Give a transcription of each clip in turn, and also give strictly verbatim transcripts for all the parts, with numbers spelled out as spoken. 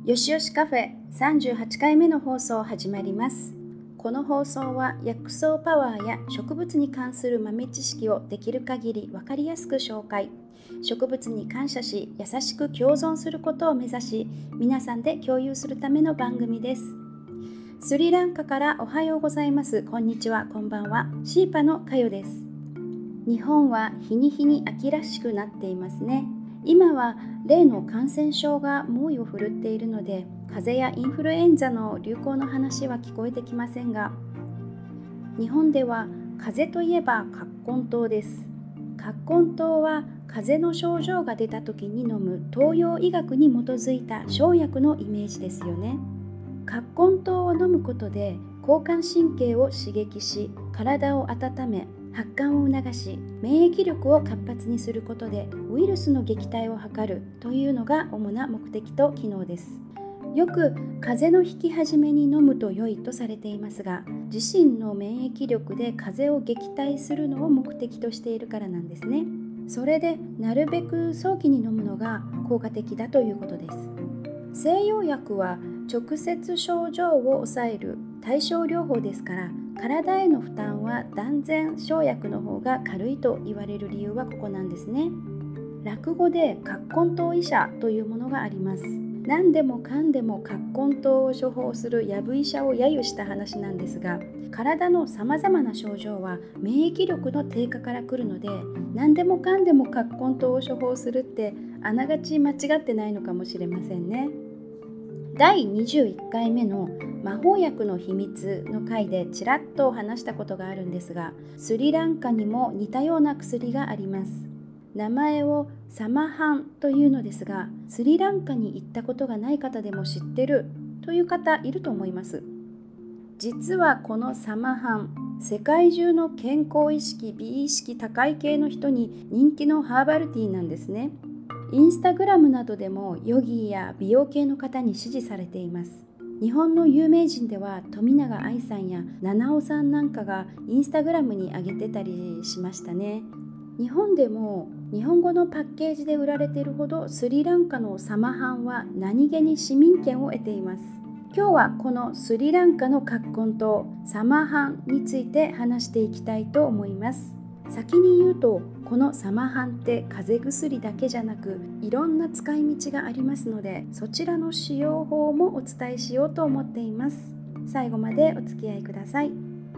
よしよしカフェさんじゅうはちかいめの放送始まります。この放送は薬草パワーや植物に関する豆知識をできる限り分かりやすく紹介、植物に感謝し優しく共存することを目指し、皆さんで共有するための番組です。スリランカからおはようございます、こんにちは、こんばんは。シーパのかよです。日本は日に日に秋らしくなっていますね。今は例の感染症が猛威を振るっているので、風邪やインフルエンザの流行の話は聞こえてきませんが、日本では風邪といえば葛根湯です。葛根湯は風邪の症状が出た時に飲む東洋医学に基づいた生薬のイメージですよね。葛根湯を飲むことで交感神経を刺激し、体を温め、発汗を促し、免疫力を活発にすることでウイルスの撃退を図るというのが主な目的と機能です。よく風邪のひき始めに飲むと良いとされていますが、自身の免疫力で風邪を撃退するのを目的としているからなんですね。それでなるべく早期に飲むのが効果的だということです。西洋薬は直接症状を抑える対症療法ですから、体への負担は断然生薬の方が軽いと言われる理由はここなんですね。落語で葛根湯医者というものがあります。何でもかんでも葛根湯を処方するやぶ医者を揶揄した話なんですが、体のさまざまな症状は免疫力の低下から来るので、何でもかんでも葛根湯を処方するってあながち間違ってないのかもしれませんね。だいにじゅういっかいめの魔法薬の秘密の回でちらっと話したことがあるんですが、スリランカにも似たような薬があります。名前をサマハンというのですが、スリランカに行ったことがない方でも知ってるという方いると思います。実はこのサマハン、世界中の健康意識、美意識高い系の人に人気のハーバルティーなんですね。インスタグラムなどでもヨギや美容系の方に支持されています。日本の有名人では富永愛さんや七尾さんなんかがインスタグラムに上げてたりしましたね。日本でも日本語のパッケージで売られているほどスリランカのサマハンは何気に市民権を得ています。今日はこのスリランカの葛根湯サマハンについて話していきたいと思います。先に言うと、このサマハンって風邪薬だけじゃなくいろんな使い道がありますので、そちらの使用法もお伝えしようと思っています。最後までお付き合いください。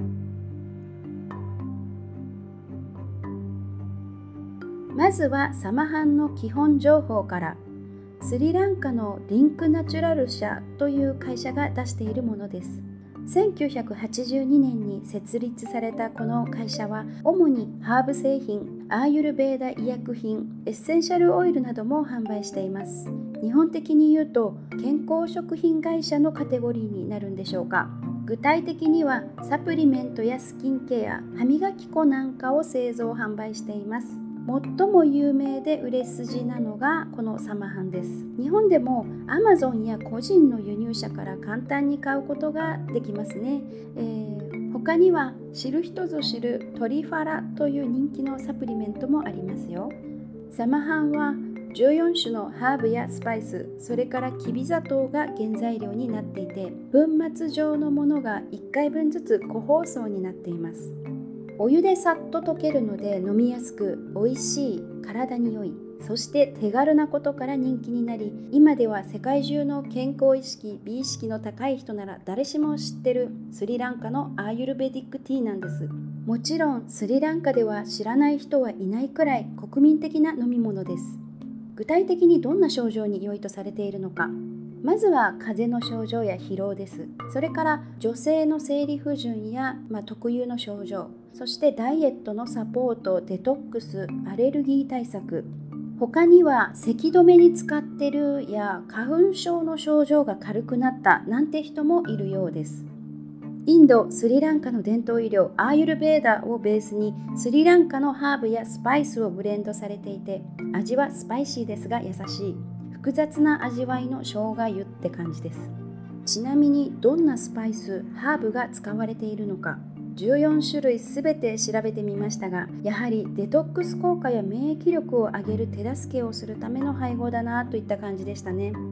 まずはサマハンの基本情報から。スリランカのリンクナチュラル社という会社が出しているものです。せんきゅうひゃくはちじゅうにねんに設立されたこの会社は、主にハーブ製品、アーユルベーダ医薬品、エッセンシャルオイルなども販売しています。日本的に言うと健康食品会社のカテゴリーになるんでしょうか。具体的にはサプリメントやスキンケア、歯磨き粉なんかを製造販売しています。最も有名で売れ筋なのがこのサマハンです。日本でも アマゾン や個人の輸入者から簡単に買うことができますね。えー、他には知る人ぞ知るトリファラという人気のサプリメントもありますよ。サマハンはじゅうよんしゅのハーブやスパイス、それからきび砂糖が原材料になっていて、粉末状のものがいっかいぶんずつ個包装になっています。お湯でさっと溶けるので飲みやすく、美味しい、体に良い、そして手軽なことから人気になり、今では世界中の健康意識、美意識の高い人なら誰しも知ってるスリランカのアーユルベディックティーなんです。もちろんスリランカでは知らない人はいないくらい国民的な飲み物です。具体的にどんな症状に良いとされているのか。まずは風邪の症状や疲労です。それから女性の生理不順や、まあ、特有の症状、そしてダイエットのサポート、デトックス、アレルギー対策、他には咳止めに使ってるや花粉症の症状が軽くなったなんて人もいるようです。インド、スリランカの伝統医療アーユルベーダをベースにスリランカのハーブやスパイスをブレンドされていて、味はスパイシーですが優しい、複雑な味わいの生姜湯って感じです。ちなみにどんなスパイス、ハーブが使われているのか、じゅうよんしゅるいすべて調べてみましたが、やはりデトックス効果や免疫力を上げる手助けをするための配合だなといった感じでしたね。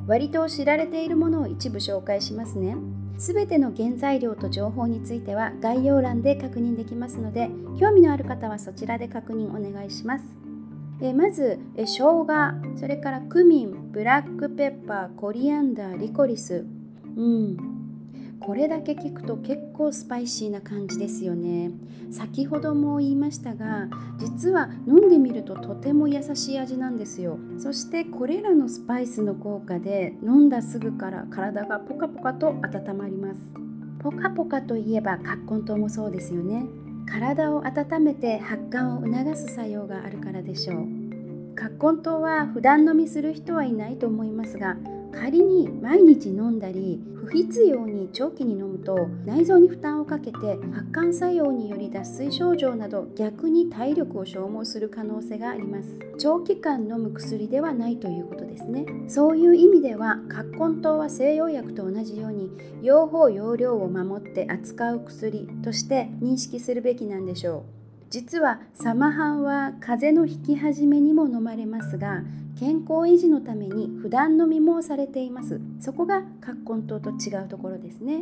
割と知られているものを一部紹介しますね。すべての原材料と情報については概要欄で確認できますので、興味のある方はそちらで確認お願いします。えまずえ生姜、それからクミン、ブラックペッパー、コリアンダー、リコリス。うんこれだけ聞くと結構スパイシーな感じですよね。先ほども言いましたが、実は飲んでみるととても優しい味なんですよ。そしてこれらのスパイスの効果で飲んだすぐから体がポカポカと温まります。ポカポカといえば葛根湯もそうですよね。体を温めて発汗を促す作用があるからでしょう。葛根湯は普段飲みする人はいないと思いますが、仮に毎日飲んだり不必要に長期に飲むと内臓に負担をかけて発汗作用により脱水症状など逆に体力を消耗する可能性があります。長期間飲む薬ではないということですね。そういう意味では葛根湯は西洋薬と同じように用法用量を守って扱う薬として認識するべきなんでしょう。実はサマハンは風邪のひき始めにも飲まれますが、健康維持のために普段飲みもされています。そこが葛根湯と違うところですね。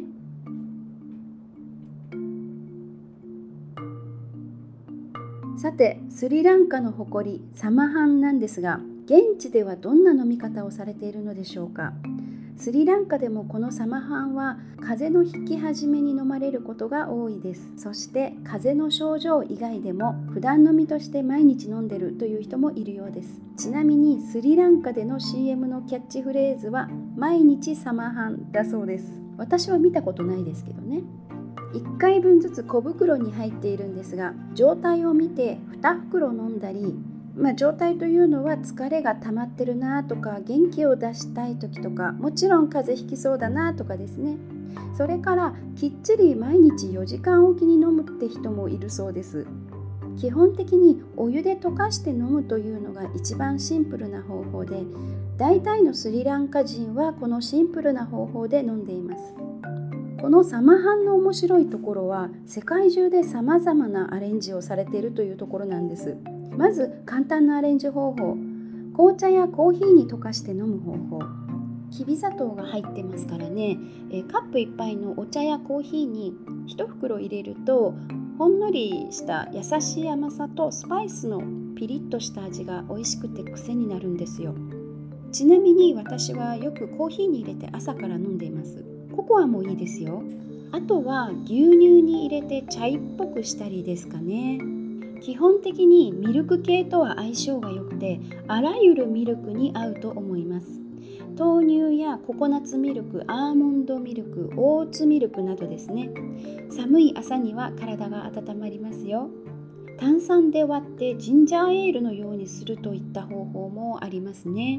さて、スリランカの誇りサマハンなんですが、現地ではどんな飲み方をされているのでしょうか。スリランカでもこのサマハンは風邪のひき始めに飲まれることが多いです。そして風邪の症状以外でも普段飲みとして毎日飲んでるという人もいるようです。ちなみにスリランカでの シーエム のキャッチフレーズは毎日サマハンだそうです。私は見たことないですけどね。いっかいぶんずつ小袋に入っているんですが、状態を見てに袋飲んだり、まあ、状態というのは疲れが溜まってるなとか元気を出したい時とか、もちろん風邪ひきそうだなとかですね。それからきっちり毎日よじかんおきに飲むって人もいるそうです。基本的にお湯で溶かして飲むというのが一番シンプルな方法で、大体のスリランカ人はこのシンプルな方法で飲んでいます。このサマハンの面白いところは世界中でさまざまなアレンジをされているというところなんです。まず簡単なアレンジ方法、紅茶やコーヒーに溶かして飲む方法。きび砂糖が入ってますからね、えカップいっぱいのお茶やコーヒーにいち袋入れるとほんのりした優しい甘さとスパイスのピリッとした味が美味しくて癖になるんですよ。ちなみに私はよくコーヒーに入れて朝から飲んでいます。ココアもいいですよ。あとは牛乳に入れてチャイっぽくしたりですかね。基本的にミルク系とは相性が良くて、あらゆるミルクに合うと思います。豆乳やココナッツミルク、アーモンドミルク、オーツミルクなどですね。寒い朝には体が温まりますよ。炭酸で割ってジンジャーエールのようにするといった方法もありますね。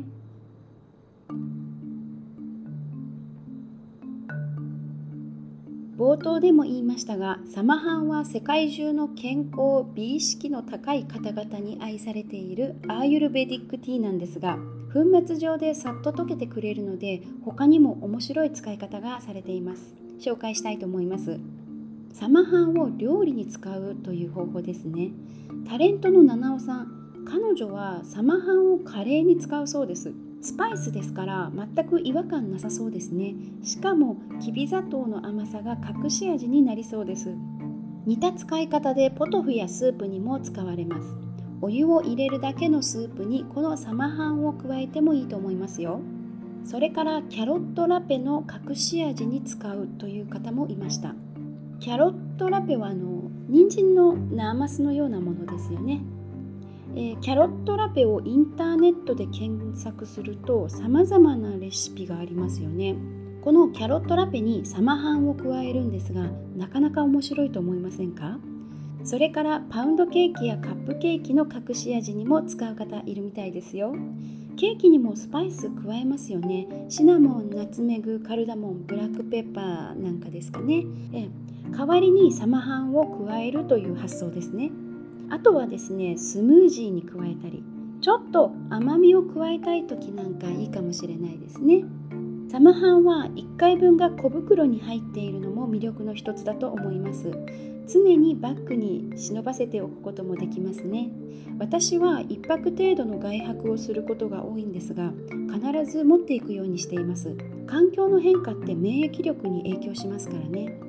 冒頭でも言いましたが、サマハンは世界中の健康・美意識の高い方々に愛されているアーユルベディックティーなんですが、粉末状でさっと溶けてくれるので、他にも面白い使い方がされています。紹介したいと思います。サマハンを料理に使うという方法ですね。タレントの七尾さん、彼女はサマハンをカレーに使うそうです。スパイスですから全く違和感なさそうですね。しかもきび砂糖の甘さが隠し味になりそうです。似た使い方でポトフやスープにも使われます。お湯を入れるだけのスープにこのサマハンを加えてもいいと思いますよ。それからキャロットラペの隠し味に使うという方もいました。キャロットラペはあの人参のナマスのようなものですよね。えー、キャロットラペをインターネットで検索すると様々なレシピがありますよね。このキャロットラペにサマハンを加えるんですが、なかなか面白いと思いませんか？それからパウンドケーキやカップケーキの隠し味にも使う方いるみたいですよ。ケーキにもスパイス加えますよね。シナモン、ナツメグ、カルダモン、ブラックペッパーなんかですかね。え代わりにサマハンを加えるという発想ですね。あとはですね、スムージーに加えたり、ちょっと甘みを加えたい時なんかいいかもしれないですね。 サマハンはいっかいぶんが小袋に入っているのも魅力の一つだと思います。常にバッグに忍ばせておくこともできますね。私はいっぱく程度の外泊をすることが多いんですが、必ず持っていくようにしています。環境の変化って免疫力に影響しますからね。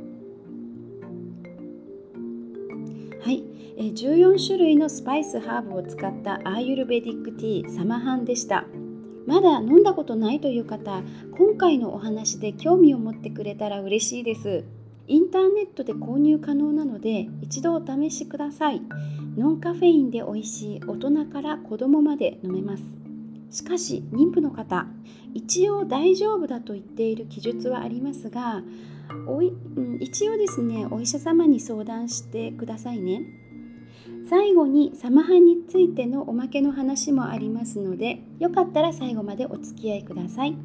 はい、えじゅうよんしゅるいのスパイスハーブを使ったアーユルベディックティーサマハンでした。まだ飲んだことないという方、今回のお話で興味を持ってくれたら嬉しいです。インターネットで購入可能なので一度お試しください。ノンカフェインで美味しい大人から子供まで飲めます。しかし妊婦の方、一応大丈夫だと言っている記述はありますが、おい、うん、一応ですね、お医者様に相談してくださいね。最後にサマハンについてのおまけの話もありますので、よかったら最後までお付き合いください。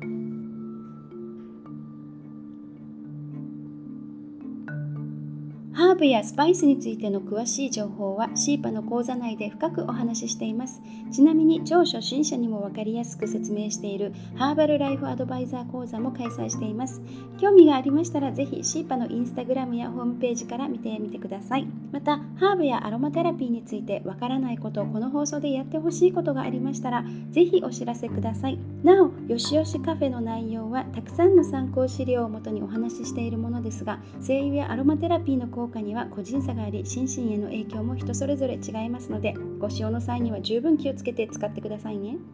ハーブやスパイスについての詳しい情報はシーパの講座内で深くお話ししています。ちなみに超初心者にも分かりやすく説明しているハーバルライフアドバイザー講座も開催しています。興味がありましたらぜひシーパのインスタグラムやホームページから見てみてください。またハーブやアロマテラピーについてわからないこと、この放送でやってほしいことがありましたらぜひお知らせください。なお、よしよしカフェの内容はたくさんの参考資料をもとにお話ししているものですが、精油やアロマテラピーの効果には個人差があり、心身への影響も人それぞれ違いますので、ご使用の際には十分気をつけて使ってくださいね。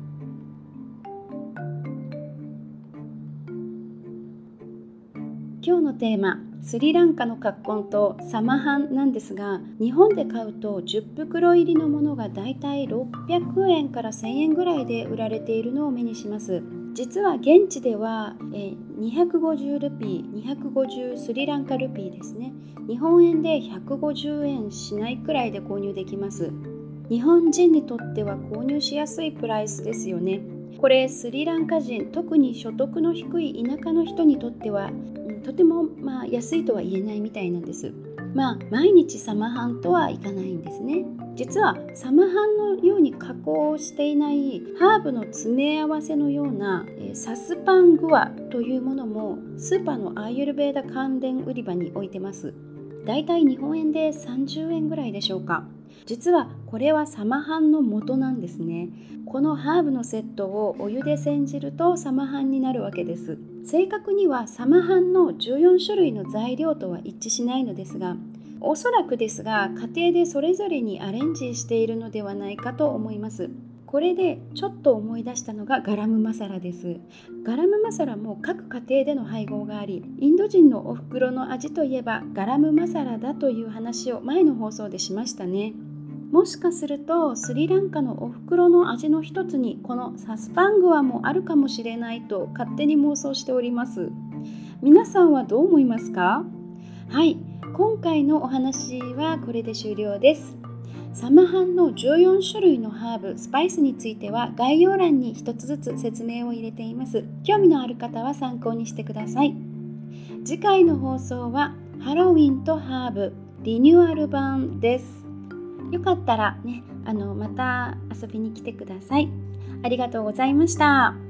今日のテーマ、スリランカの葛根湯サマハンなんですが、日本で買うとじゅっぷくろ入りのものがだいたいろっぴゃくえんからせんえんぐらいで売られているのを目にします。実は現地ではえにひゃくごじゅうルピー、にひゃくごじゅうスリランカルピーですね。日本円でひゃくごじゅうえんしないくらいで購入できます。日本人にとっては購入しやすいプライスですよね。これスリランカ人、特に所得の低い田舎の人にとってはとてもまあ安いとは言えないみたいなんです。まあ毎日サマハンとはいかないんですね。実はサマハンのように加工していないハーブの詰め合わせのようなえサスパングアというものもスーパーのアーユルベーダ関連売り場に置いてます。だいたい日本円でさんじゅうえんぐらいでしょうか。実はこれはサマハンの元なんですね。このハーブのセットをお湯で煎じるとサマハンになるわけです。正確にはサマハンのじゅうよんしゅるいの材料とは一致しないのですが、おそらくですが家庭でそれぞれにアレンジしているのではないかと思います。これでちょっと思い出したのがガラムマサラです。ガラムマサラも各家庭での配合があり、インド人のお袋の味といえばガラムマサラだという話を前の放送でしましたね。もしかするとスリランカのお袋の味の一つにこのサスパングアもあるかもしれないと勝手に妄想しております。皆さんはどう思いますか？はい、今回のお話はこれで終了です。サマハンのじゅうよんしゅるいのハーブ、スパイスについては概要欄に一つずつ説明を入れています。興味のある方は参考にしてください。次回の放送はハロウィンとハーブリニューアル版です。よかったらね、あのまた遊びに来てください。ありがとうございました。